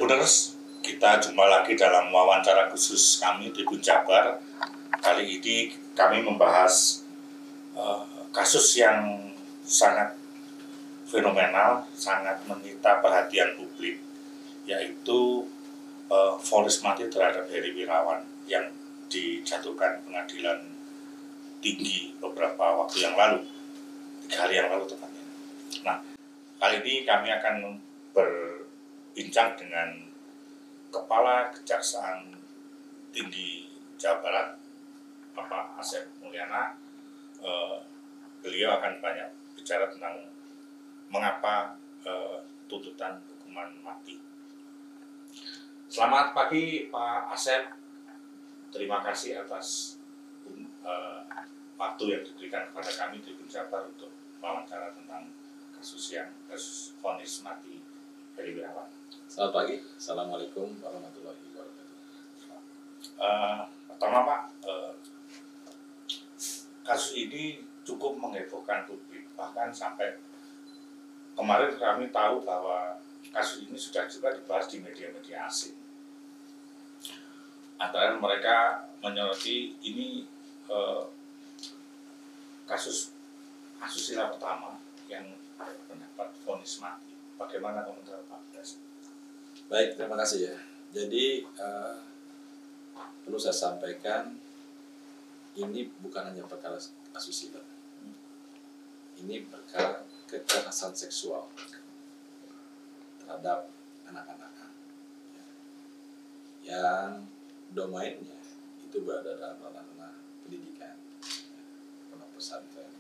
Tribuners, kita jumpa lagi dalam wawancara khusus kami di Jabar. Kali ini kami membahas kasus yang sangat fenomenal, sangat menyita perhatian publik, yaitu vonis mati terhadap Heri Wirawan yang dijatuhkan pengadilan tinggi beberapa waktu yang lalu, 3 hari yang lalu tepatnya. Nah, kali ini kami akan berbincang dengan Kepala Kejaksaan Tinggi Jawa Barat, Bapak Asep Mulyana. Beliau akan banyak bicara tentang mengapa tuntutan hukuman mati. Selamat pagi Pak Asep, terima kasih atas waktu yang diberikan kepada kami di Jabar untuk wawancara tentang kasus vonis mati Heri Wirawan. Selamat pagi, Assalamualaikum warahmatullahi wabarakatuh. Pertama Pak, kasus ini cukup menghebohkan publik, bahkan sampai kemarin kami tahu bahwa kasus ini sudah juga dibahas di media-media asing. Antara mereka menyoroti ini kasus asusila pertama yang mendapat vonis mati. Bagaimana komentar Pak? Baik, terima kasih ya. Jadi perlu saya sampaikan, ini bukan hanya perkara asusila. Ini perkara kekerasan seksual terhadap anak-anak yang domainnya itu berada dalam ranah pendidikan, pondok pesantren.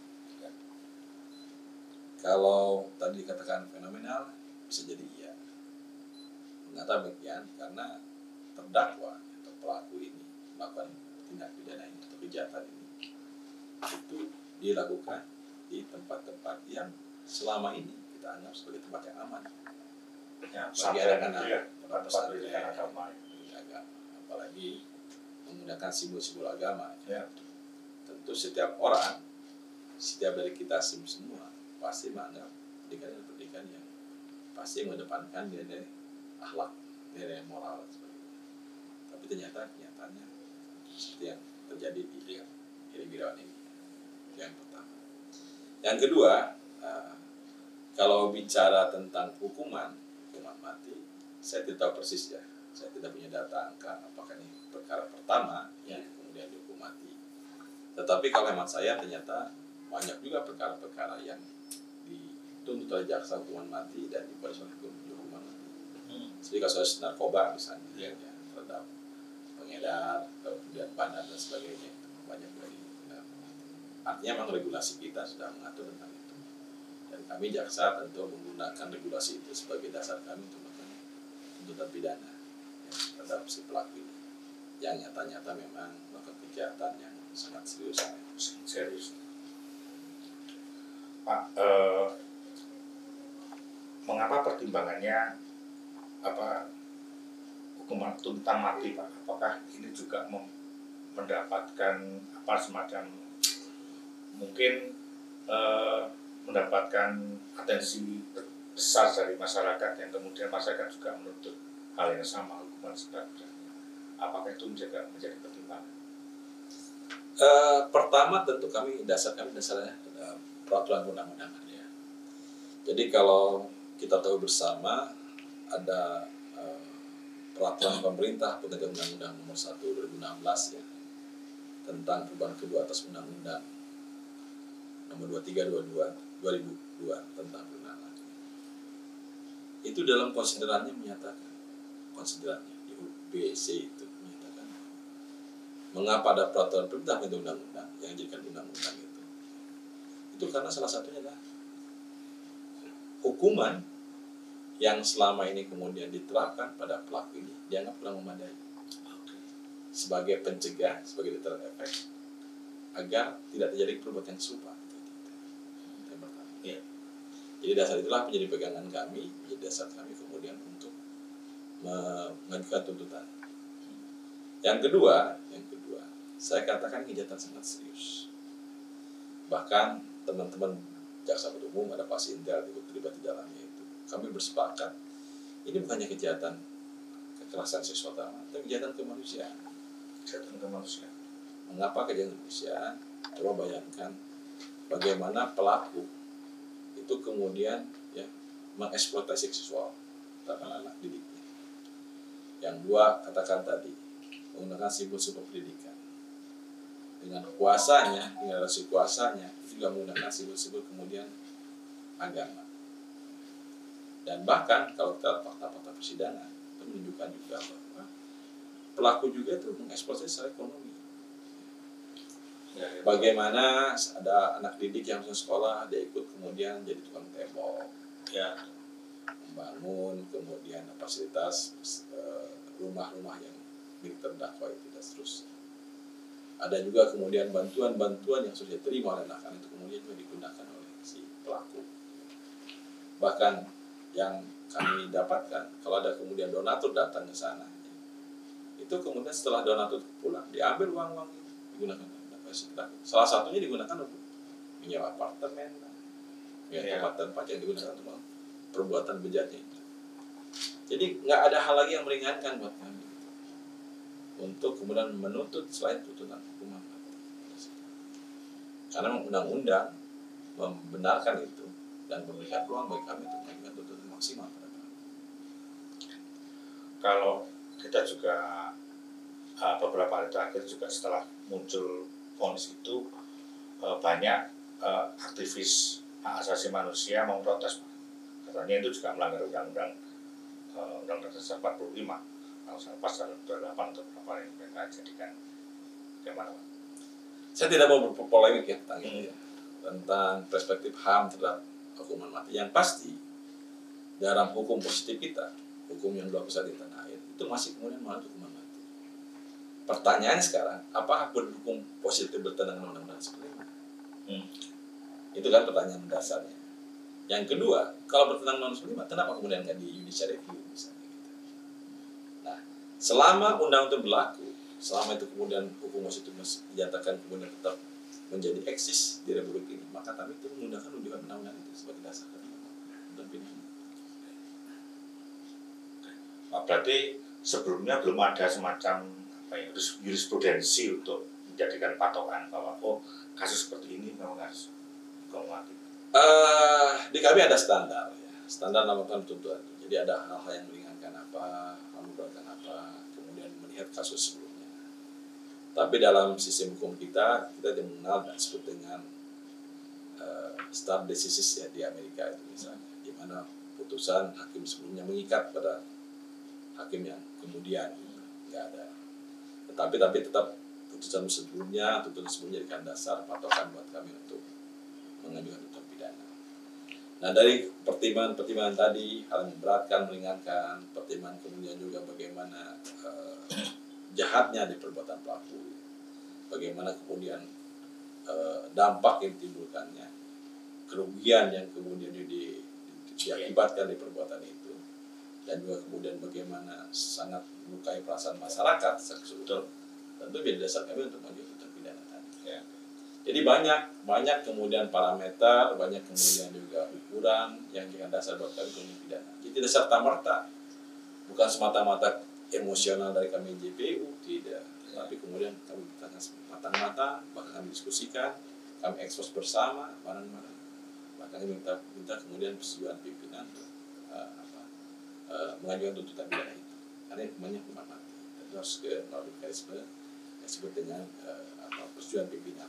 Kalau tadi dikatakan fenomenal, bisa jadi iya. Mengatakan demikian karena terdakwa atau pelaku ini melakukan tindak pidana ini atau kejahatan ini itu dilakukan di tempat-tempat yang selama ini kita anggap sebagai tempat yang aman Ya, bagi anak-anak ya, tempat pendidikan agama. Apalagi menggunakan simbol-simbol agama. Ya. Tentu setiap orang, setiap dari kita semua pasti menganggap pendidikan yang pasti mengedepankan nilai akhlak, nilai moral dan sebagainya. Tapi ternyata kenyataannya seperti yang terjadi di Heri Wirawan ini. Yang pertama. Yang kedua, kalau bicara tentang hukuman mati, saya tidak tahu persis ya. Saya tidak punya data angka apakah ini perkara pertama yang kemudian dihukum mati. Tetapi kalau hemat saya ternyata banyak juga perkara-perkara yang dituntut oleh jaksa hukuman mati dan difonis oleh hukuman mati. Seperti kasus narkoba misalnya, ya, terhadap pengedar, kemudian bandar dan sebagainya, itu banyak dari. Artinya memang regulasi kita sudah mengatur tentang itu. Dan kami jaksa tentu menggunakan regulasi itu sebagai dasar kami untuk melakukan tuntutan pidana terhadap si pelaku ini yang nyata-nyata memang melakukan kejahatan yang sangat serius. Pak, mengapa pertimbangannya hukuman tuntutan mati Pak? Apakah ini juga mendapatkan semacam mungkin mendapatkan atensi besar dari masyarakat yang kemudian masyarakat juga menuntut hal yang sama, hukuman seberat-beratnya? Apakah itu menjadi pertimbangan? Pertama tentu dasarnya peraturan undang-undangan ya. Jadi kalau kita tahu bersama ada peraturan pemerintah pengganti Undang-Undang Nomor 1 2016 ya tentang perubahan kedua atas Undang-Undang Nomor 23 2002 tentang perlindungan. Itu dalam konsiderannya menyatakan di BC itu menyatakan mengapa ada peraturan perintah untuk undang-undang yang dijadikan undang-undang itu karena salah satunya adalah hukuman yang selama ini kemudian diterapkan pada pelaku ini dianggap kurang memadai sebagai pencegah, sebagai deterrent effect agar tidak terjadi perbuatan yang serupa. Yang pertama. Ya. Jadi dasar itulah menjadi pegangan kami, menjadi dasar kami kemudian untuk mengajukan tuntutan. Yang kedua, saya katakan kejahatan sangat serius. Bahkan teman-teman jaksa penuntut umum ada Pak Sintel terlibat di dalamnya itu. Kami bersepakat ini bukannya kejahatan kekerasan seksual tapi kejahatan kemanusiaan. Kejahatan kemanusiaan. Mengapa kejahatan kemanusiaan? Coba bayangkan bagaimana pelaku itu kemudian ya mengeksploitasi seksual terhadap anak didiknya. Yang dua katakan tadi menggunakan simbol-simbol pendidikan dengan kuasanya, dengan relasi kuasanya itu juga menggunakan simbol-simbol kemudian agama. Dan bahkan kalau kita fakta-fakta persidangan itu menunjukkan juga bahwa pelaku juga itu mengeksploitasi secara ekonomi. Bagaimana ada anak didik yang masuk sekolah, dia ikut kemudian jadi tukang tembok, ya, membangun kemudian fasilitas rumah-rumah yang milik terdakwa itu dan seterusnya. Ada juga kemudian bantuan-bantuan yang sudah diterima oleh anak-anak itu kemudian juga digunakan oleh si pelaku. Bahkan yang kami dapatkan kalau ada kemudian donatur datang ke sana, itu kemudian setelah donatur pulang diambil uang-uang itu digunakan. Salah satunya digunakan untuk menyewa apartemen, tempat tempat yang digunakan untuk perbuatan bejatnya itu. Jadi nggak ada hal lagi yang meringankan buat kami untuk kemudian menuntut selain tuntutan hukuman mati. Karena undang-undang membenarkan itu dan memberikan ruang bagi kami untuk mengajukan tuntutan maksimal pada kami. Kalau kita juga beberapa hari terakhir juga setelah muncul vonis itu banyak aktivis hak asasi manusia memprotes, katanya itu juga melanggar undang-undang dasar 45 pasal 28 atau berapa yang mereka jadikan. Bagaimana Pak? Saya tidak mau berpolemik ya tentang ini ya, tentang perspektif HAM terhadap hukuman mati. Yang pasti dalam hukum positif kita, hukum yang berlaku saat di tanah air itu masih kemudian menganut hukuman mati. Pertanyaan sekarang, apakah berhukum positif bertentangan dengan undang-undang 45? Itu kan pertanyaan dasarnya. Yang kedua, kalau bertentangan dengan 45, kenapa kemudian nggak di judicial review misalnya gitu? Nah, selama undang itu berlaku, selama itu kemudian hukum positif dinyatakan kemudian tetap menjadi eksis di Republik ini, maka kami itu menggunakan rujukan undang-undang itu sebagai dasar dan pidana. Berarti sebelumnya belum ada semacam jurisprudensi untuk menjadikan patokan bahwa kasus seperti ini memang harus hukuman mati. Di kami ada standar ya, standar melakukan tuntutan. Jadi ada hal-hal yang meringankan apa, memberatkan apa, kemudian melihat kasus sebelumnya. Tapi dalam sistem hukum kita mengenal dan disebut dengan stare decisis ya di Amerika itu misalnya, di mana putusan hakim sebelumnya mengikat pada hakim yang kemudian nggak ada. Tapi tetap putusan sebelumnya jadikan dasar patokan buat kami untuk mengajukan tuntutan pidana. Nah dari pertimbangan tadi, hal yang memberatkan, meringankan, pertimbangan kemudian juga bagaimana jahatnya di perbuatan pelaku, bagaimana kemudian dampak yang ditimbulkannya, kerugian yang kemudian diakibatkan di perbuatan itu, dan juga kemudian bagaimana sangat melukai perasaan masyarakat seksual, tentu menjadi dasar kami untuk mengajukan tuntutan pidana tadi. Ya. Jadi banyak kemudian parameter, banyak kemudian juga ukuran yang dengan dasar buat kami tuntutan pidana. Jadi tidak serta-merta, bukan semata-mata emosional dari kami JPU, tidak. Tapi kemudian kami bertanya matang-matang, bahkan kami diskusikan, kami ekspos bersama, bareng-bareng. Bahkan kami minta kemudian persetujuan pimpinan mengajukan tuntutan pidana itu. Karena hukumannya hukuman mati. Tentu harus melalui mekanisme yang disebut dengan persetujuan pimpinan.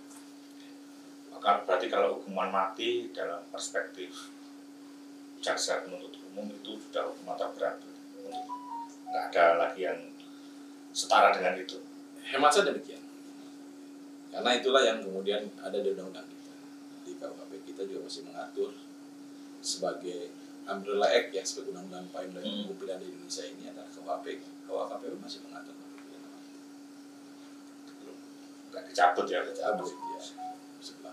Maka berarti kalau hukuman mati dalam perspektif jaksa penuntut umum itu sudah hukuman terberat. Nggak ada lagi yang setara dengan itu. Hemat saya demikian. Karena itulah yang kemudian ada di undang-undang kita. Di KUHP kita juga masih mengatur sebagai umbrella act ya, sebagai undang-undang payung dari hukum pidana di Indonesia ini adalah KUHP. KUHP masih mengatur hukum pidana mati. Nggak dicabut ya? Dicabut ya. Sebelah.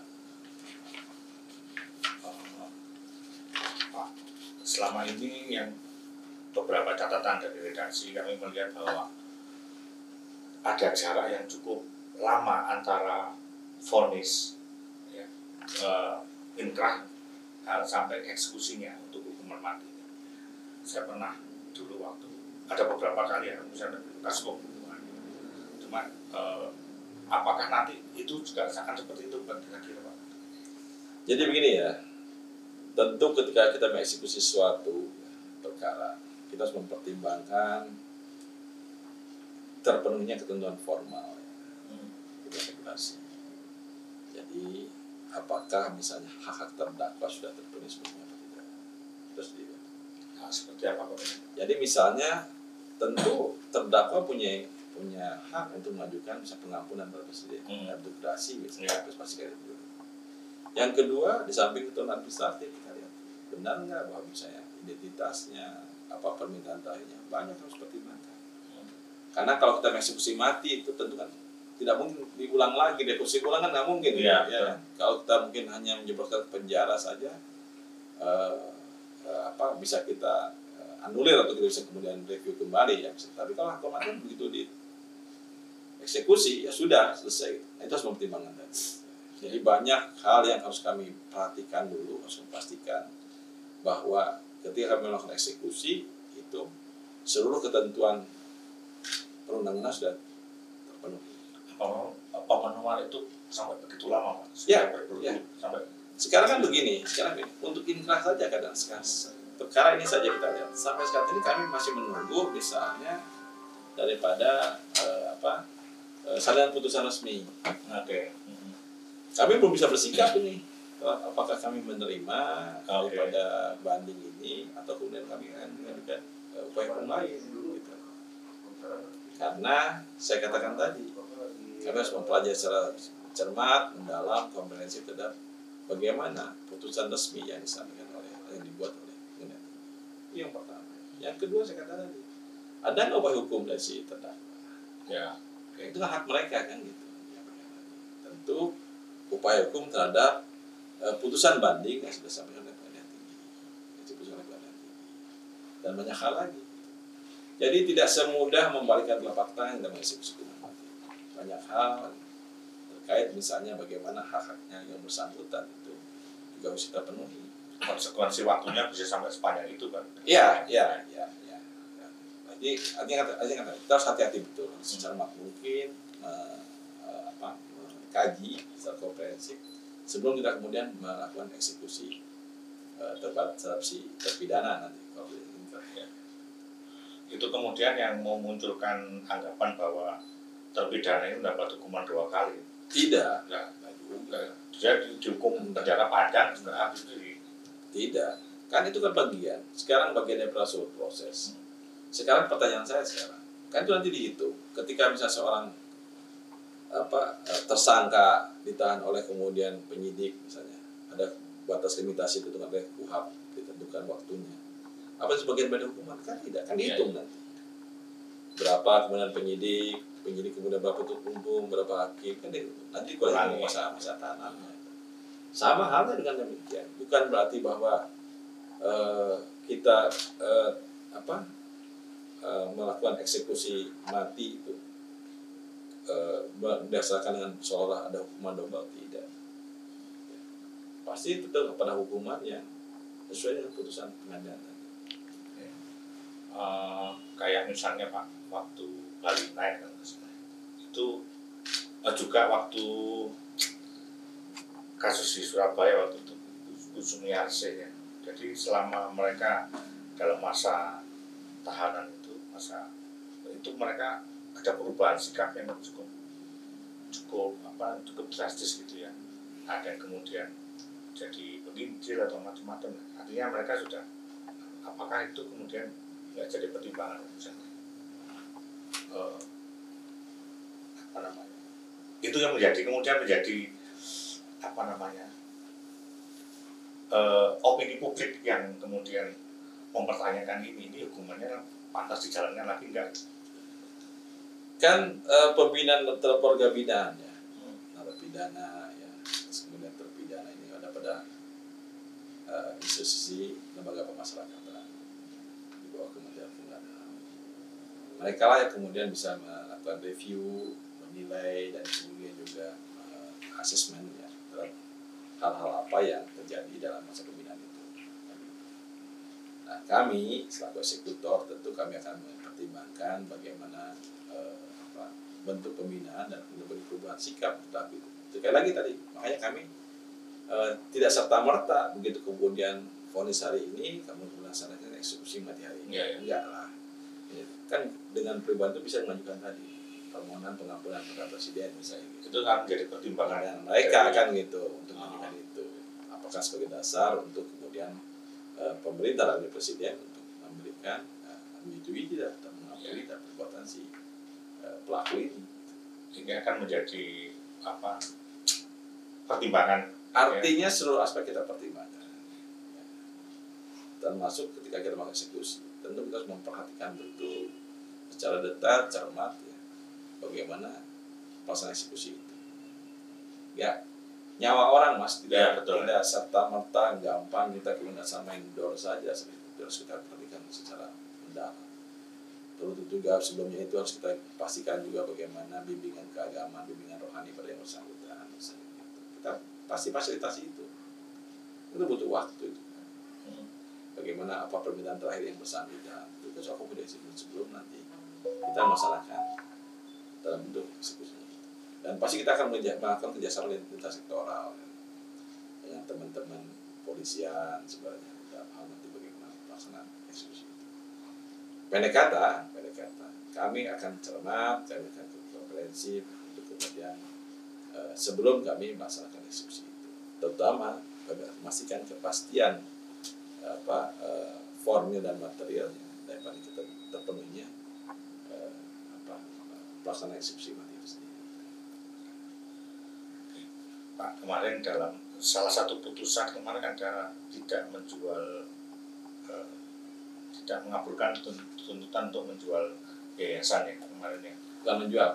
Pak, selama ini yang beberapa catatan dari redaksi kami melihat bahwa ada jarak yang cukup lama antara vonis ya, inkrah sampai eksekusinya untuk hukuman mati. Saya pernah dulu waktu ada beberapa kali ya misalnya kasus pembunuhan. Cuma apakah nanti itu juga akan seperti itu kira-kira Pak? Jadi begini ya, tentu ketika kita mengeksekusi suatu perkara, kita harus mempertimbangkan terpenuhinya ketentuan formal ya, regulasi. Jadi apakah misalnya hak-hak terdakwa sudah terpenuhi sepenuhnya atau tidak? Terus Nah, seperti apa Pak? jadi misalnya tentu terdakwa punya hak untuk mengajukan pengampunan pada presiden, untuk gerasi misalnya, terus pasti kayak gitu. Yang kedua, di samping ketentuan administratif kita lihat benar nggak bahwa misalnya identitasnya, apa permintaan terakhirnya, banyak harus pertimbangkan. Karena kalau kita mengeksekusi mati itu tentu kan tidak mungkin diulang lagi, dieksekusi ulang kan nggak mungkin ya. Kalau kita mungkin hanya menjebloskan penjara saja, bisa kita anulir atau kita bisa kemudian review kembali ya. Tapi kalau kemarin begitu dieksekusi ya sudah selesai. Nah, itu harus mempertimbangkan tadi. Jadi banyak hal yang harus kami perhatikan dulu, harus memastikan bahwa ketika kami melakukan eksekusi itu seluruh ketentuan perundang-undangan sudah terpenuhi. Pemenuhan itu sampai begitu lama Pak? Sampai sekarang kan begini, untuk inkrah saja kadang perkara ini saja kita lihat. Sampai saat ini kami masih menunggu misalnya daripada salinan putusan resmi. Oke. Kami belum bisa bersikap ini. Apakah kami menerima daripada banding ini atau kemudian kami akan mengajukan upaya hukum lain gitu. Karena saya katakan tadi, kami harus mempelajari secara cermat, mendalam, komprehensif terhadap bagaimana putusan resmi yang disampaikan yang dibuat oleh pengadilan. Itu yang pertama. Yang kedua saya katakan tadi, ada nggak upaya hukum dari si terdakwa? Ya. Itu kan hak mereka kan gitu. Tentu upaya hukum terhadap putusan banding yang sudah disampaikan oleh pengadilan tinggi, putusan oleh pengadilan tinggi, dan banyak hal lagi. Jadi tidak semudah membalikkan telapak tangan dan mengeksekusi hukuman mati. Banyak hal terkait misalnya bagaimana hak-haknya yang bersangkutan itu juga harus kita penuhi. Konsekuensi waktunya bisa sampai sepanjang itu kan? Iya. Jadi artinya kita harus hati-hati betul secara mungkin kaji secara komprehensif sebelum kita kemudian melakukan eksekusi terhadap si terpidana nanti kalau ya. Itu kemudian yang memunculkan anggapan bahwa terpidana ini mendapat hukuman 2 kali. Tidak. Dia dihukum penjara panjang sudah habis itu. Tidak. Kan itu kan bagian. Sekarang bagian dari proses. Sekarang pertanyaan saya kan itu nanti dihitung. Ketika misalnya seorang tersangka ditahan oleh kemudian penyidik misalnya, ada batas limitasi ditentukan oleh KUHP, ditentukan waktunya. Apa sebagian dari hukuman? Kan tidak, kan dihitung nanti. Berapa kemudian penyidik kemudian berapa untuk umum, berapa hakim, kan dihitung. Nanti kalau masa tahanannya. Sama halnya dengan demikian. Bukan berarti bahwa kita melakukan eksekusi mati itu berdasarkan dengan seolah ada hukuman double, tidak. Pasti tetap kepada hukuman yang sesuai dengan putusan pengadilan tadi. Kayak misalnya Pak, waktu Bali naik kan, itu juga waktu kasus di Surabaya waktu itu Sumiarse ya. Jadi selama mereka dalam masa tahanan itu mereka ada perubahan sikap yang cukup drastis gitu ya. Ada yang kemudian jadi penginjil atau macam-macam. Artinya mereka sudah, apakah itu kemudian nggak jadi pertimbangan misalnya itu yang kemudian menjadi opini publik yang kemudian mempertanyakan ini hukumannya pantas dijalankan lagi enggak? Kan pembinaan terkeluarga binaan ya, narapidana ya, kemudian terpidana ini ada pada institusi lembaga pemasyarakatan di bawah Kementerian Hukum dan HAM. Mereka lah yang kemudian bisa melakukan review, menilai dan kemudian juga asesmen ya terhadap hal-hal apa yang terjadi dalam masa pembinaan itu. Nah, kami selaku eksekutor tentu kami akan mempertimbangkan bagaimana bentuk pembinaan dan perubahan sikap. Tetapi sekali lagi tadi, makanya kami tidak serta-merta begitu kemudian vonis hari ini kamu melaksanakan eksekusi mati hari ini. Enggak lah. Kan dengan perubahan itu bisa mengajukan tadi permohonan pengampunan kepada presiden misalnya gitu. Itu kan menjadi pertimbangan mereka kan gitu untuk mengajukan itu. Apakah sebagai dasar untuk kemudian pemerintah dan presiden untuk memberikan menyetujui tidak atau mengakui perbuatan si pelaku ini. Ini akan menjadi pertimbangan. Artinya seluruh aspek kita pertimbangkan. Termasuk ketika kita melakukan eksekusi, tentu kita harus memperhatikan betul secara detail, cermat ya, bagaimana pelaksanaan eksekusi itu. Ya, nyawa orang Mas tidak serta merta gampang kita kemudian sama endor saja, harus kita perhatikan secara mendalam. Terus juga sebelumnya itu harus kita pastikan juga bagaimana bimbingan keagamaan, bimbingan rohani pada yang bersangkutan. Kita pasti fasilitasi itu butuh waktu itu. Bagaimana apa permintaan terakhir yang bersangkutan itu harus akomodasi sebelum nanti kita masalahkan dalam bentuk eksekusi. Dan pasti kita akan melakukan kerjasama lintas sektoral dengan teman-teman polisian sebenarnya dalam hal nanti bagaimana pelaksanaan eksekusi. Pendek kata, kami akan cermat, kami akan komprehensif untuk kemudian sebelum kami melaksanakan eksekusi itu, terutama kami memastikan kepastian formil dan materialnya daripada kita terpenuhinya pelaksanaan eksekusi mati itu sendiri. Pak, kemarin dalam salah satu putusan kemarin ada tidak menjual, tidak mengabulkan tuntutan untuk menjual yayasan ya kemarin ya. Bukan menjual,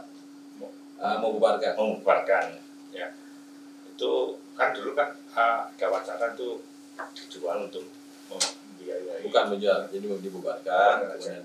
membubarkan. Ya. Itu kan dulu kan ada wacana itu dijual untuk membiayai. Bukan menjual, jadi dibubarkan, kemudian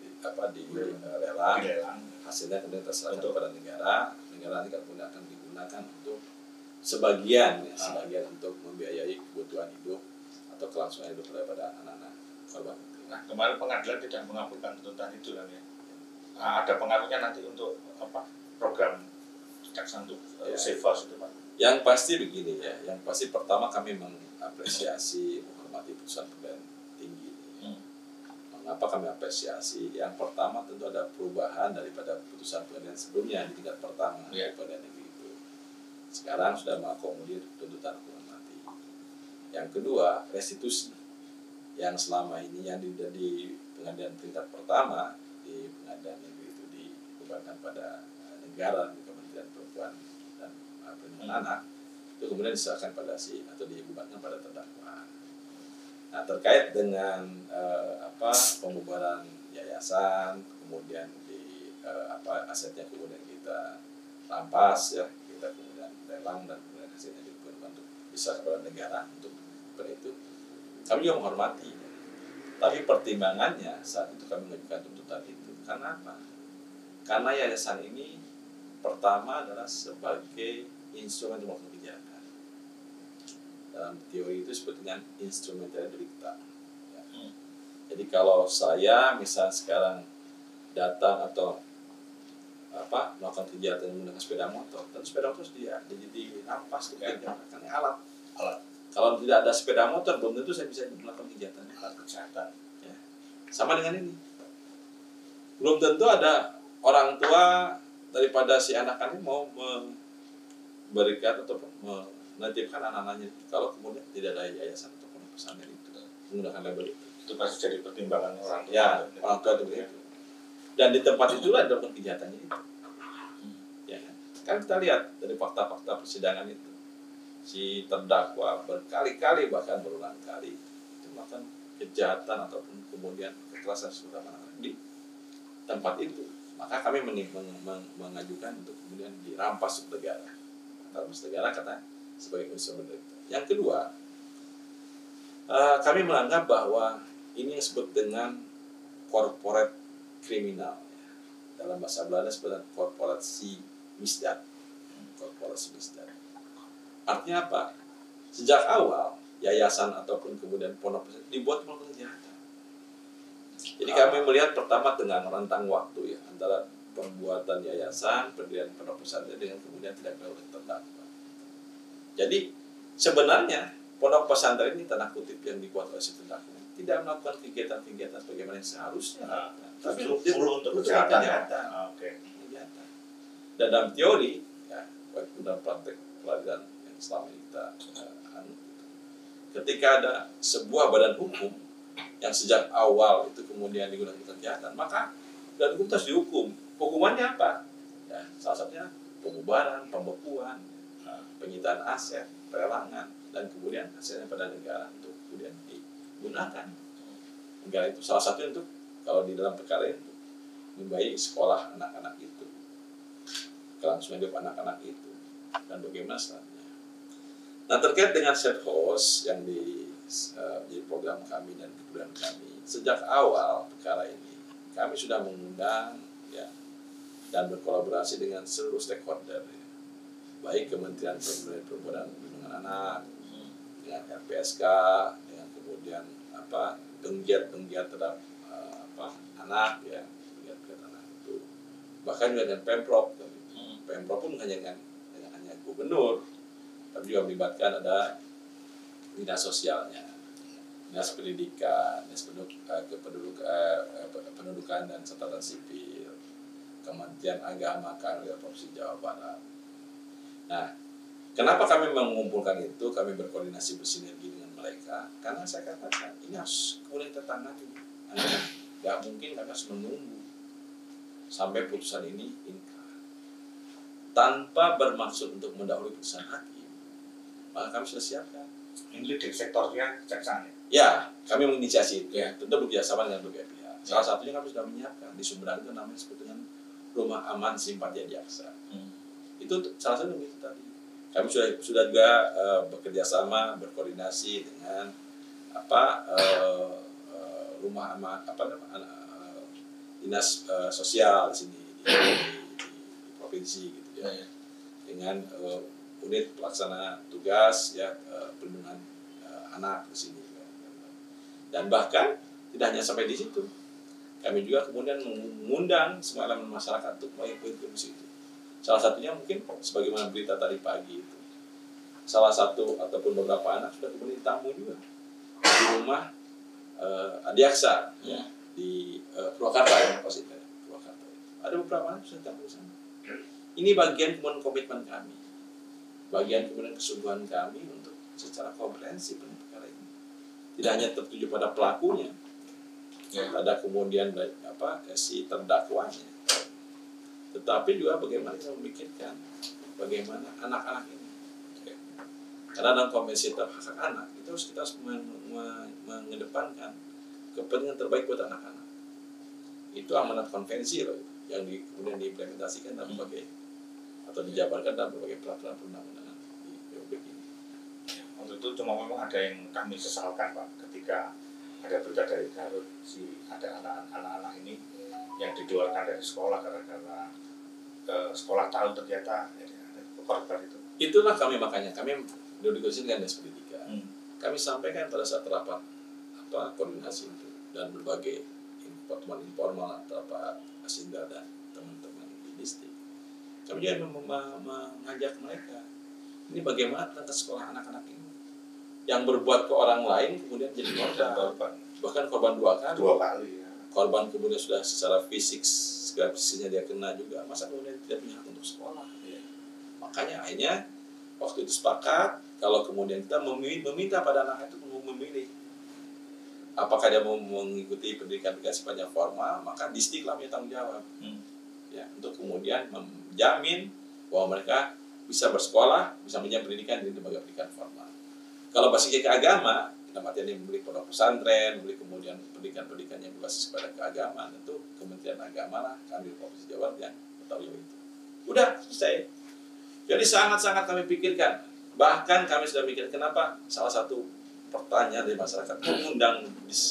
lelang, hasilnya kemudian terserahkan kepada negara nanti kemudian akan digunakan untuk sebagian untuk membiayai kebutuhan hidup atau kelangsungan hidup daripada anak-anak korban. Nah, kemarin pengadilan tidak mengabulkan tuntutan itu kan ya. Ada pengaruhnya nanti untuk program Jaksa untuk Safe House itu Pak. Yang pasti begini ya, yang pasti pertama kami mengapresiasi, menghormati putusan pengadilan tinggi ini. Mengapa kami apresiasi? Yang pertama tentu ada perubahan daripada putusan pengadilan sebelumnya di tingkat pertama di pengadilan negeri itu. Sekarang sudah mengakomodir tuntutan hukuman mati. Yang kedua, restitusi yang selama ini yang di pengadilan tingkat pertama di pengadilan negeri itu dibebankan pada negara di Kementerian Perempuan dan Perlindungan Anak itu kemudian diserahkan pada atau dibebankan pada terdakwa. Nah, terkait dengan pembubaran yayasan, kemudian asetnya kemudian kita rampas ya, kita kemudian lelang dan kemudian hasilnya diberikan untuk bisa kepada negara untuk itu. Kami juga menghormati. Tapi pertimbangannya saat itu kami mengajukan tuntutan itu karena apa? Karena yayasan ini pertama adalah sebagai instrumen untuk melakukan kejahatan. Dalam teori itu disebut dengan instrumentarium delicta. Ya. Jadi kalau saya misal sekarang datang atau melakukan kejahatan menggunakan sepeda motor, dan sepeda motor dia dirampas karena alat. Kalau tidak ada sepeda motor, belum tentu saya bisa melakukan kejahatan alat kejahatan. Ya. Sama dengan ini, belum tentu ada orang tua daripada si anak ini mau memberikan atau menitipkan anak-anaknya kalau kemudian tidak ada yayasan atau pesantren itu menggunakan label itu pasti jadi pertimbangan orang tua. Ya, orang tua itu begitu. Dan di tempat itulah dilakukan kejahatannya itu. Ya kan kita lihat dari fakta-fakta persidangan itu, si terdakwa berkali-kali bahkan berulang kali itu melakukan kejahatan ataupun kemudian kekerasan terhadap anak-anak di tempat itu. Maka kami mengajukan untuk kemudian dirampas negara. Rampas negara kata sebagai unsur menderita. Yang kedua, kami menganggap bahwa ini yang disebut dengan corporate kriminal. Dalam bahasa Belanda disebut korporasi misdat. Korporasi misdat. Artinya apa? Sejak awal yayasan ataupun kemudian pondok pesantren dibuat melakukan kejahatan. Jadi kami melihat pertama dengan rentang waktu ya antara pembuatan yayasan, pendirian pondok pesantren dengan kemudian tidak oleh terdakwa. Jadi sebenarnya pondok pesantren ini tanda kutip yang dibuat oleh si terdakwa tidak melakukan kegiatan-kegiatan bagaimana yang seharusnya. Tapi full untuk kesehatan ya. Oke. Dan dalam teori ya, dalam praktek peradilan yang selama ini kita ketika ada sebuah badan hukum yang sejak awal itu kemudian digunakan kejahatan, maka badan hukum harus dihukum. Hukumannya apa? Ya, salah satunya pembubaran, pembekuan, penyitaan aset, pelelangan, dan kemudian hasilnya pada negara untuk kemudian digunakan. Negara itu salah satunya untuk kalau di dalam perkara itu membiayai sekolah anak-anak itu, kelangsungan hidup anak-anak itu, dan bagaimana selanjutnya. Nah, terkait dengan shared host yang di program kami dan kemudian kami sejak awal perkara ini kami sudah mengundang ya dan berkolaborasi dengan seluruh stakeholder ya. Baik Kementerian Perempuan dan Perlindungan Anak dengan LPSK dengan kemudian penggiat terhadap anak ya penggiat anak itu bahkan juga dengan Pemprov pun hanya gubernur tapi juga melibatkan ada dinas sosialnya, dinas pendidikan, dinas pendudukan dan catatan sipil, Kementerian Agama KLI Provinsi Jawa Barat. Nah, kenapa kami mengumpulkan itu? Kami berkoordinasi bersinergi dengan mereka karena saya katakan ini harus kemudian tertangani. Nggak mungkin kami harus menunggu sampai putusan ini inkrah tanpa bermaksud untuk mendahului putusan hakim. Maka kami sudah siapkan. Ini leading sektornya kejaksaan ya? Ya, kami menginisiasi itu. Ya. Tentu bekerjasama dengan berbagai pihak. Salah satunya kami sudah menyiapkan di Sumedang itu namanya disebut dengan Rumah Aman Simpati Jaksa. Itu salah satu itu tadi. Kami sudah juga bekerjasama berkoordinasi dengan rumah aman dinas sosial di sini di provinsi gitu ya. Dengan unit pelaksana tugas ya perlindungan anak di sini dan bahkan tidak hanya sampai di situ kami juga kemudian mengundang semua elemen masyarakat untuk mengikuti situ. Salah satunya mungkin sebagaimana berita tadi pagi itu salah satu ataupun beberapa anak sudah kemudian ditamu juga di rumah Adiaksa ya di Purwakarta ya Purwakarta. Ada beberapa anak sudah ditamu di sana. Ini bagian kemudian komitmen kami. Bagian kemudian kesungguhan kami untuk secara komprehensif perkara ini tidak hanya tertuju pada pelakunya, ada kemudian si terdakwanya, tetapi juga bagaimana kita memikirkan bagaimana anak-anak ini. Karena dalam konvensi hak anak itu kita harus mengedepankan kepentingan terbaik buat anak-anak. Itu amanat konvensi loh yang kemudian diimplementasikan dalam berbagai atau dijabarkan dalam berbagai peraturan perundang-undangan di Republik ini. Untuk itu cuma memang ada yang kami sesalkan Pak ketika ada berita dari Garut ada anak-anak ini yang dikeluarkan dari sekolah karena sekolah tahu ternyata ada korban itu. Itulah makanya kami berdiskusi dengan Dinas Pendidikan. Kami sampaikan pada saat rapat koordinasi itu dan berbagai pertemuan informal antara Pak Asinda dan teman-teman di distrik. Kami juga mengajak mereka, ini bagaimana tentang sekolah anak-anak ini yang berbuat ke orang lain kemudian jadi korban. Bahkan korban dua kali ya. Korban kemudian sudah secara secara fisiknya dia kena juga, masa kemudian tidak punya hak untuk sekolah ya. Makanya akhirnya waktu itu sepakat kalau kemudian kita meminta pada anak itu memilih apakah dia mau mengikuti pendidikan sifatnya formal, maka distrik lah punya tanggung jawab ya untuk kemudian menjamin bahwa mereka bisa bersekolah, bisa menjamin pendidikan di lembaga pendidikan formal. Kalau basisnya ke agama, kita artinya membeli pondok pesantren, membeli kemudian pendidikan yang berbasis pada keagamaan, tentu Kementerian Agama lah, kami di Provinsi Jawa Barat yang bertanggung jawab itu. Udah selesai. Jadi sangat-sangat kami pikirkan. Bahkan kami sudah mikir kenapa salah satu pertanyaan dari masyarakat mengundang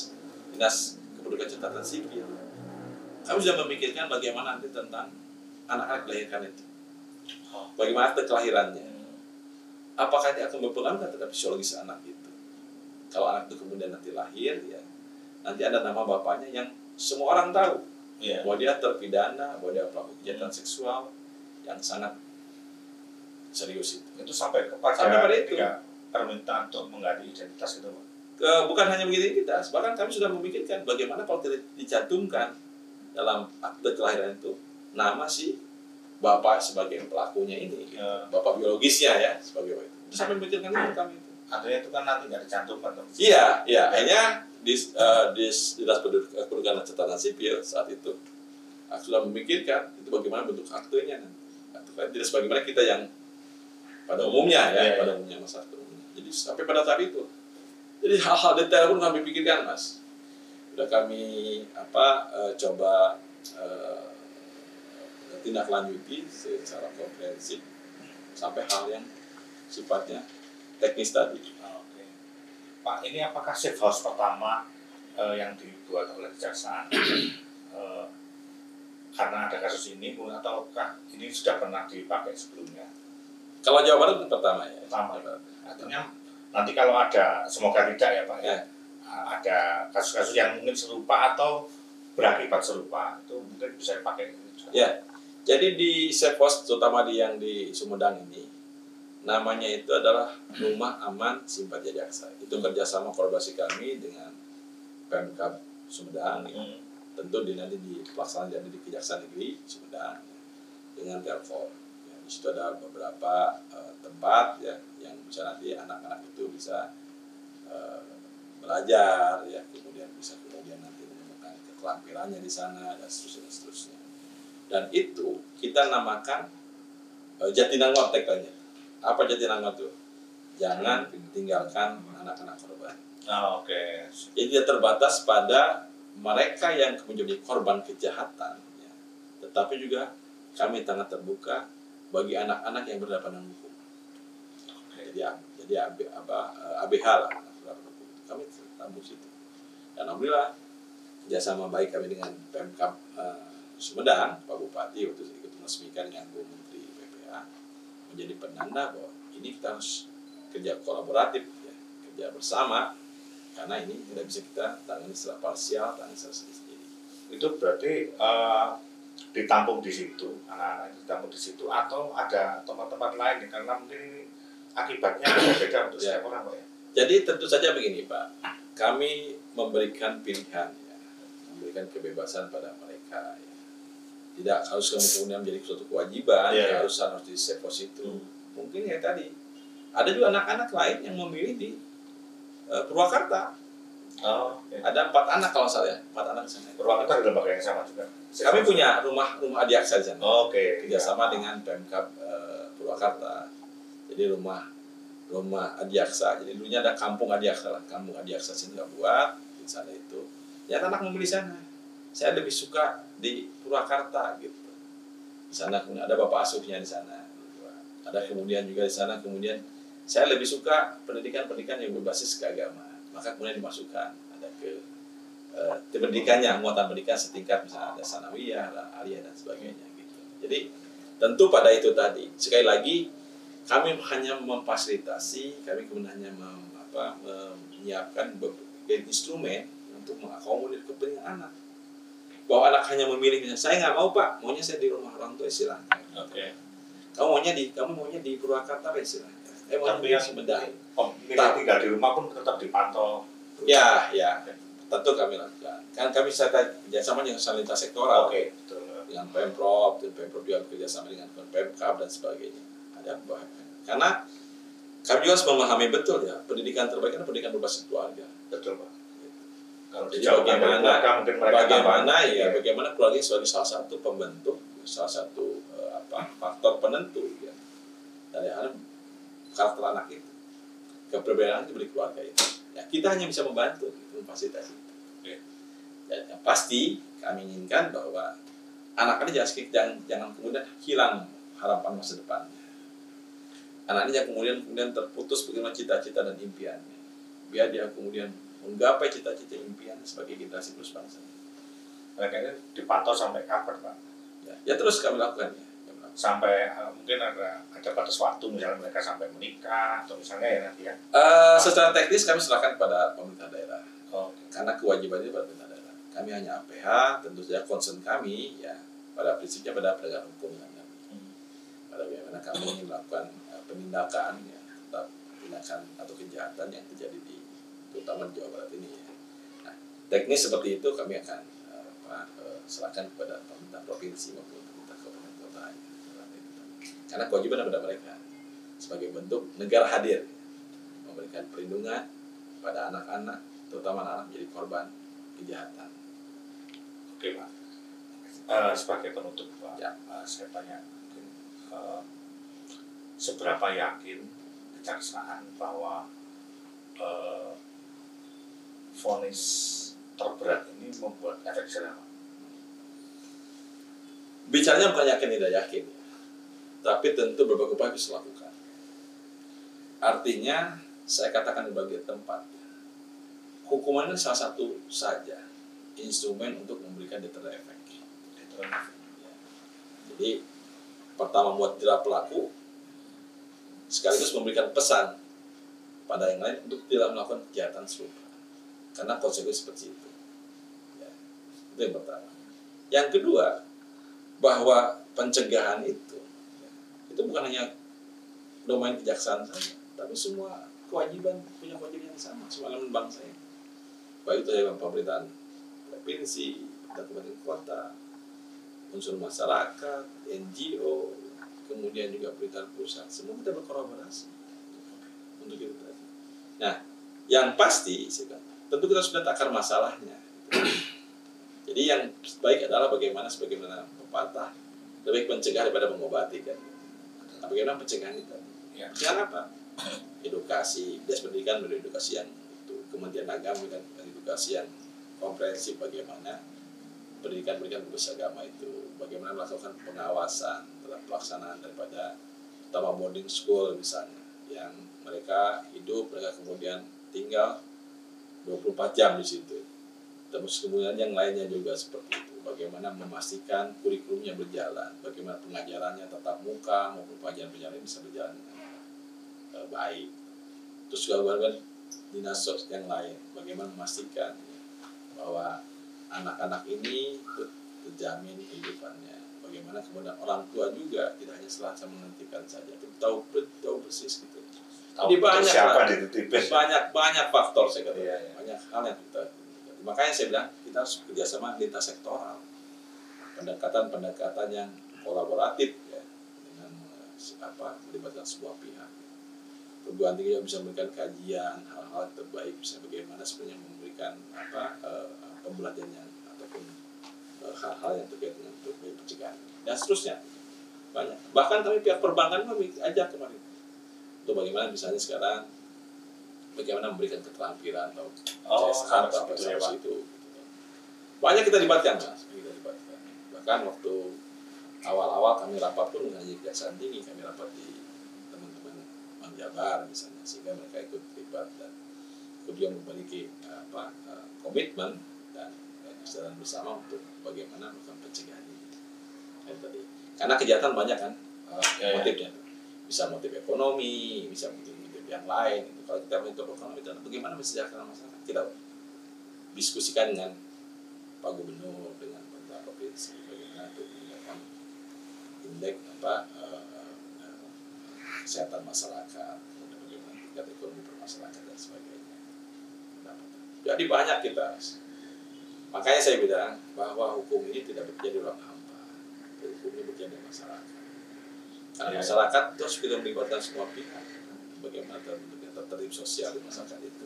dinas kependudukan catatan sipil. Kami sudah memikirkan bagaimana nanti tentang anak-anak dilahirkan itu. Bagaimana akte kelahirannya. Apakah ini akan berpengaruh terhadap fisiologis anak itu. Kalau anak itu kemudian nanti lahir, ya, nanti ada nama bapaknya yang semua orang tahu Iya. bahwa dia terpidana, bahwa dia pelaku kejahatan seksual yang sangat serius itu. Itu sampai kepada Sampai pada itu. Permintaan untuk mengganti identitas itu, Pak. Bukan hanya begitu identitas, bahkan kami sudah memikirkan bagaimana kalau tidak dicantumkan dalam akte kelahiran itu nama si bapak sebagai pelakunya ini, bapak biologisnya ya sebagai itu. Itu sampai memikirkan itu kami itu. Artinya itu kan nanti nggak dicantumkan. Iya, akhirnya Dinas Kependudukan dan Catatan Sipil saat itu sudah memikirkan itu bagaimana bentuk aktenya nanti. Tidak sebagaimana kita yang pada umumnya ya, pada umumnya masyarakat umumnya. Jadi sampai pada tahap itu. Jadi hal-hal detail pun kami pikirkan, Mas. Sudah kami coba tindak lanjuti secara komprehensif sampai hal yang sifatnya teknis tadi. Oke. Pak, ini apakah safe house pertama yang dibuat oleh kejaksaan karena ada kasus ini, ataukah ini sudah pernah dipakai sebelumnya? Kalau Jawa Barat itu pertama ya. Pertama. Artinya nanti kalau ada, semoga tidak ya Pak ya, ada kasus-kasus yang mungkin serupa atau berakibat serupa, itu mungkin bisa dipakai. Ya, jadi di safe house terutama yang di Sumedang ini namanya itu adalah Rumah Aman Simpati Adiaksa. Itu kerjasama kolaborasi kami dengan Pemkab Sumedang, tentu nanti di pelaksanaan jadi di Kejaksaan Negeri Sumedang dengan Telkom. Ya, di situ ada beberapa tempat ya yang bisa nanti anak-anak itu bisa belajar ya, kemudian nanti menemukan keterampilannya di sana dan seterusnya. Dan itu kita namakan Jatinangor tagline-nya. Apa Jatinangor itu? Jangan tinggalkan anak-anak korban. Oke. Jadi tidak terbatas pada mereka yang menjadi korban kejahatan, ya. Tetapi juga kami sangat terbuka bagi anak-anak yang berhadapan dengan hukum. Jadi ABH lah, kami tampung situ. Dan alhamdulillah kerjasama baik kami dengan Pemkab Sumedang, Pak Bupati waktu itu ikut meresmikan dengan Bu Menteri PPA menjadi penanda bahwa ini kita harus kerja kolaboratif, ya, kerja bersama. Karena ini tidak bisa kita tangani secara parsial, tangani secara sendiri. Itu berarti ditampung di situ, anak-anak itu ditampung di situ, atau ada tempat-tempat lain, karena mungkin ini akibatnya beda-beda untuk setiap orang, Pak ya. Jadi tentu saja begini, Pak, kami memberikan pilihan, ya, memberikan kebebasan pada mereka. Ya. Tidak harus kemudian menjadi suatu kewajiban, harus di safe house itu. Mungkin ya tadi ada juga anak-anak lain yang memilih di Purwakarta. Ada 4 anak kalau saya, 4 anak di sana. Purwakarta ada lembaga yang sama juga. Kami punya rumah Adiaksa di sana. Kerjasama dengan Pemkab Purwakarta. Jadi rumah Adiaksa. Jadi dulunya ada kampung Adiaksa lah, kampung Adiaksa sini nggak buat di sana itu. Ya anak memilih sana. Saya lebih suka di Purwakarta gitu. Di sana kemudian ada bapak asuhnya di sana. Gitu. Ada kemudian juga di sana kemudian saya lebih suka pendidikan yang berbasis keagamaan. Maka kemudian dimasukkan ada ke pendidikannya, muatan pendidikan setingkat misalnya ada sanawiyah, aliyah dan sebagainya gitu. Jadi tentu pada itu tadi sekali lagi kami hanya memfasilitasi, kami kemudian hanya menyiapkan instrumen untuk mengakomodir kepentingan anak. Bahwa anak hanya memilih, saya nggak mau Pak, maunya saya di rumah orang tua silahkan. Kamu maunya di Purwakarta silahkan. Tapi yang Sumedang, tinggal di rumah pun tetap dipantau. Ya, tentu kami lakukan. Kan kami kerjasama dengan lintas sektoral. Betul. Dengan Pemprov juga kerjasama dengan Pemkab dan sebagainya. Ada karena kami juga harus memahami betul ya, pendidikan terbaik adalah pendidikan berbasis keluarga. Betul Pak. Kalau jadi bagaimana keluarga sebagai salah satu pembentuk, salah satu faktor penentu ya. Dari karakter anak itu, kepribadian diberi keluarga itu. Ya, kita hanya bisa membantu, memfasilitasi. Dan yang pasti kami inginkan bahwa anak-anak jangan kemudian hilang harapan masa depannya. Anak-anak kemudian terputus bagaimana cita-cita dan impiannya. Biar dia kemudian menggapai cita-cita impian sebagai generasi penerus bangsa. Mereka ini dipantau sampai kapan Pak? Ya terus kami lakukan ya. Sampai mungkin ada batas waktu misalnya mereka sampai menikah atau misalnya ya nanti ya. Secara teknis kami serahkan pada pemerintah daerah. karena kewajiban itu pada pemerintah daerah. Kami hanya APH, tentu saja concern kami ya pada prinsipnya pada penegakan hukum kami. Pada bagaimana kami melakukan penindakan ya, tetap tindakan atau kejahatan yang terjadi di terutama di Jawa Barat ini ya. Nah, teknis seperti itu kami akan serahkan kepada pemerintah provinsi maupun pemerintah kabupaten kota. Karena kewajiban pada mereka sebagai bentuk negara hadir memberikan perlindungan pada anak-anak, terutama anak-anak menjadi korban kejahatan. Oke Pak, sebagai penutup Pak, Ya. Saya tanya seberapa yakin kejaksaan bahwa vonis terberat ini membuat efek jerah? Bicaranya bukan yakin tidak yakin, tapi tentu berbagai upaya bisa dilakukan. Artinya, saya katakan di bagian tempat, hukuman ini salah satu saja instrumen untuk memberikan deterrent effect. Ya. Jadi, pertama buat jerah pelaku, sekaligus memberikan pesan pada yang lain untuk tidak melakukan kejahatan serupa. Karena konsekuensi seperti itu. Ya. Itu yang pertama. Yang kedua, bahwa pencegahan itu bukan hanya domain kejaksaan saja, tapi semua punya kewajiban yang sama, semua elemen bangsa ini. Baik itu dalam pemerintahan provinsi, kabupaten kota, unsur masyarakat, NGO, kemudian juga pemerintahan pusat, semua kita berkolaborasi untuk itu tadi. Nah, yang pasti, tentu kita sudah takar masalahnya. Jadi yang baik adalah sebagaimana pepatah, lebih mencegah daripada mengobati kan. Nah, bagaimana pencegahan itu? Ya. Pencegahan apa? Edukasi, Dinas Pendidikan menjadi edukasi yang itu, Kementerian Agama dengan edukasi yang komprehensif bagaimana pendidikan beragama itu, bagaimana melakukan pengawasan terhadap pelaksanaan daripada utama boarding school misalnya, yang mereka hidup, mereka kemudian tinggal 24 jam di situ. Terus kemudian yang lainnya juga seperti itu. Bagaimana memastikan kurikulumnya berjalan, bagaimana pengajarannya tatap muka maupun pelajaran bisa berjalan dengan baik. Terus juga dinas yang lain, bagaimana memastikan bahwa anak-anak ini terjamin kehidupannya. Bagaimana kemudian orang tua juga tidak hanya selasa menghentikan saja, tapi tahu persis gitu. Jadi banyak faktor saya kata, banyak hal yang kita. Makanya saya bilang kita harus kerjasama lintas sektoral, pendekatan yang kolaboratif ya, dengan melibatkan sebuah pihak. Perguruan tinggi juga bisa memberikan kajian hal-hal terbaik, bisa bagaimana sebenarnya memberikan pembelajaran ataupun hal-hal yang terkait dengan pencegahan dan seterusnya banyak. Bahkan kami pihak perbankan kami ajak kemarin untuk bagaimana misalnya sekarang bagaimana memberikan keterampilan atau CSR atau apa itu. Banyak kita libatkan, Mas. Bahkan waktu awal-awal kami rapat pun dengan Kejaksaan Tinggi, kami rapat di teman-teman Bank Jabar misalnya, sehingga mereka ikut terlibat dan kemudian memiliki komitmen dan kesadaran bersama untuk bagaimana melakukan pencegahan ini. Tadi. Karena kejahatan banyak kan motifnya. Bisa motif ekonomi, bisa motif yang lain. Kalau kita mencoba ekonomi, bagaimana mensejahterakan masyarakat? Kita diskusikan dengan Pak Gubernur, dengan pemerintah provinsi, bagaimana untuk meningkatkan indeks kesehatan masyarakat, kemudian bagaimana tingkat ekonomi bermasyarakat dan sebagainya. Jadi banyak kita. Makanya saya bilang bahwa hukum ini tidak bekerja di ruang hampa, hukum ini bekerja di masyarakat. Karena masyarakat terus kita melibatkan semua pihak. Bagaimana terbentuknya tertib sosial di masyarakat itu.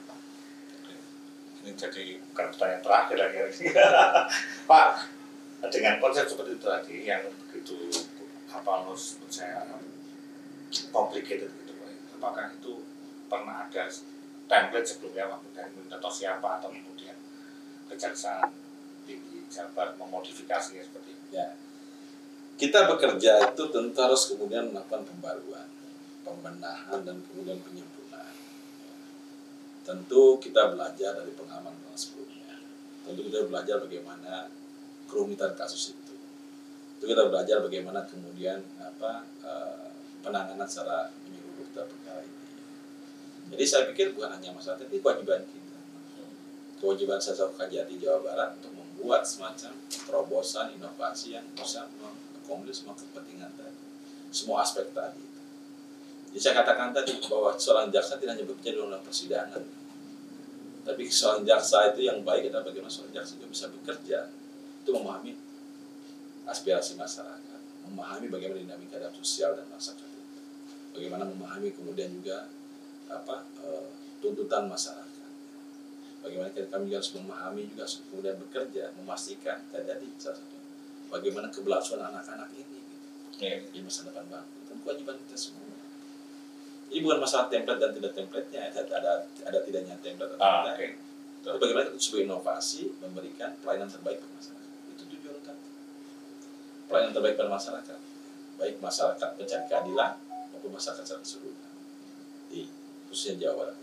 Ini jadi bukan pertanyaan terakhir lagi. Pak, dengan konsep seperti itu tadi yang begitu menurut saya complicated gitu, apakah itu pernah ada template sebelumnya waktu dari atau siapa atau kemudian Kejaksaan Tinggi Jabar memodifikasinya seperti itu? Ya. Kita bekerja itu tentu harus kemudian melakukan pembaruan, pembenahan dan kemudian penyempurnaan. Tentu kita belajar dari pengalaman sebelumnya. Tentu kita belajar bagaimana kerumitan kasus itu. Tentu kita belajar bagaimana kemudian penanganan secara menyeluruh terhadap perkara ini. Jadi saya pikir bukan hanya masalah ini kewajiban kita. kewajiban saya selaku Kajati Jawa Barat untuk membuat semacam terobosan inovasi yang bisa mengakomodir semua kepentingan tadi, semua aspek tadi. Jadi saya katakan tadi bahwa seorang jaksa tidak hanya bekerja dalam persidangan, tapi seorang jaksa itu yang baik adalah bagaimana seorang jaksa juga bisa bekerja itu memahami aspirasi masyarakat, memahami bagaimana dinamika dalam sosial dan masyarakat itu, bagaimana memahami kemudian juga tuntutan masyarakat. Bagaimana kami harus memahami juga kemudian bekerja, memastikan terjadi salah satu bagaimana keberlangsungan anak-anak ini gitu, di masa depan bangsa. Itu kewajiban kita semua. Ini bukan masalah template dan tidak template-nya, ada tidaknya template atau tidak. Okay. Bagaimana itu sebuah inovasi memberikan pelayanan terbaik pada masyarakat. Itu tujuan utama. Pelayanan terbaik pada masyarakat, baik masyarakat pencari keadilan maupun masyarakat secara keseluruhan. Di khususnya Jawa Barat.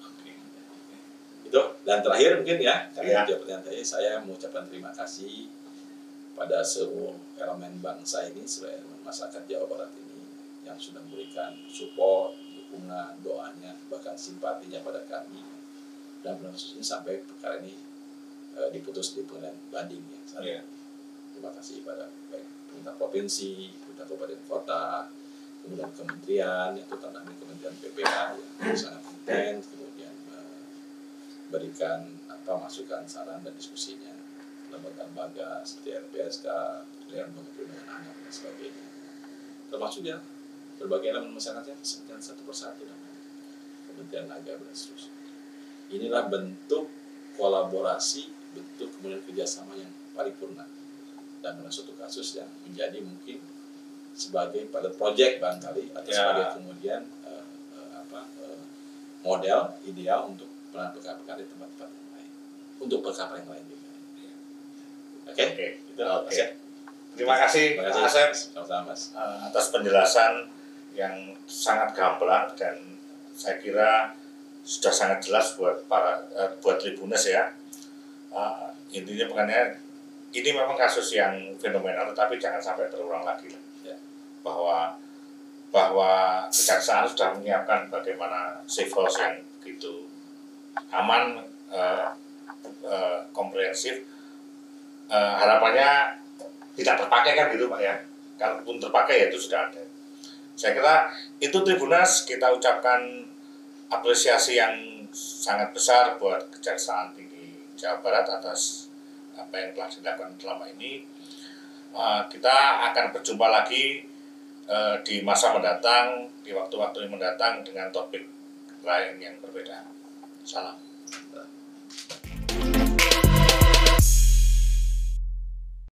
Itu. Dan terakhir mungkin ya, karena jawab pertanyaan saya mengucapkan terima kasih pada seluruh elemen bangsa ini, seluruh elemen masyarakat Jawa Barat ini yang sudah memberikan support, dukungan, doanya, bahkan simpatinya pada kami. Dan khususnya sampai perkara ini diputus di pengadilan banding ya. Terima kasih pada baik pemerintah provinsi, pemerintah kabupaten kota, kemudian kementerian, yang terutama Kementerian PPA yang sangat intens, kemudian berikan masukan, saran dan diskusinya, lembaga seperti LPSK, kemudian perlindungan anak dan sebagainya. Termasuk ya berbagai elemen masyarakatnya disebutkan satu persatu dan Kementerian Agama dan seterusnya. Inilah bentuk kolaborasi, bentuk kemudian kerjasama yang paripurna dan dalam suatu kasus yang menjadi mungkin sebagai pada proyek barangkali atau sebagai kemudian model ideal untuk perkara-perkara di tempat-tempat yang lain, untuk perkara yang lain juga. Oke. Terima kasih Mas Asep atas penjelasan yang sangat gamblang dan saya kira sudah sangat jelas buat Tribuners ya. Intinya bukannya ini memang kasus yang fenomenal, tetapi jangan sampai terulang lagi ya. Bahwa kejaksaan sudah menyiapkan bagaimana safe house yang begitu aman, komprehensif. Harapannya tidak terpakai kan gitu Pak ya. Kalaupun terpakai ya itu sudah ada. Saya kira itu Tribuners, kita ucapkan apresiasi yang sangat besar buat Kejaksaan Tinggi Jawa Barat atas apa yang telah dilakukan selama ini. Kita akan berjumpa lagi di masa mendatang, di waktu-waktu yang mendatang dengan topik lain yang berbeda. Salam.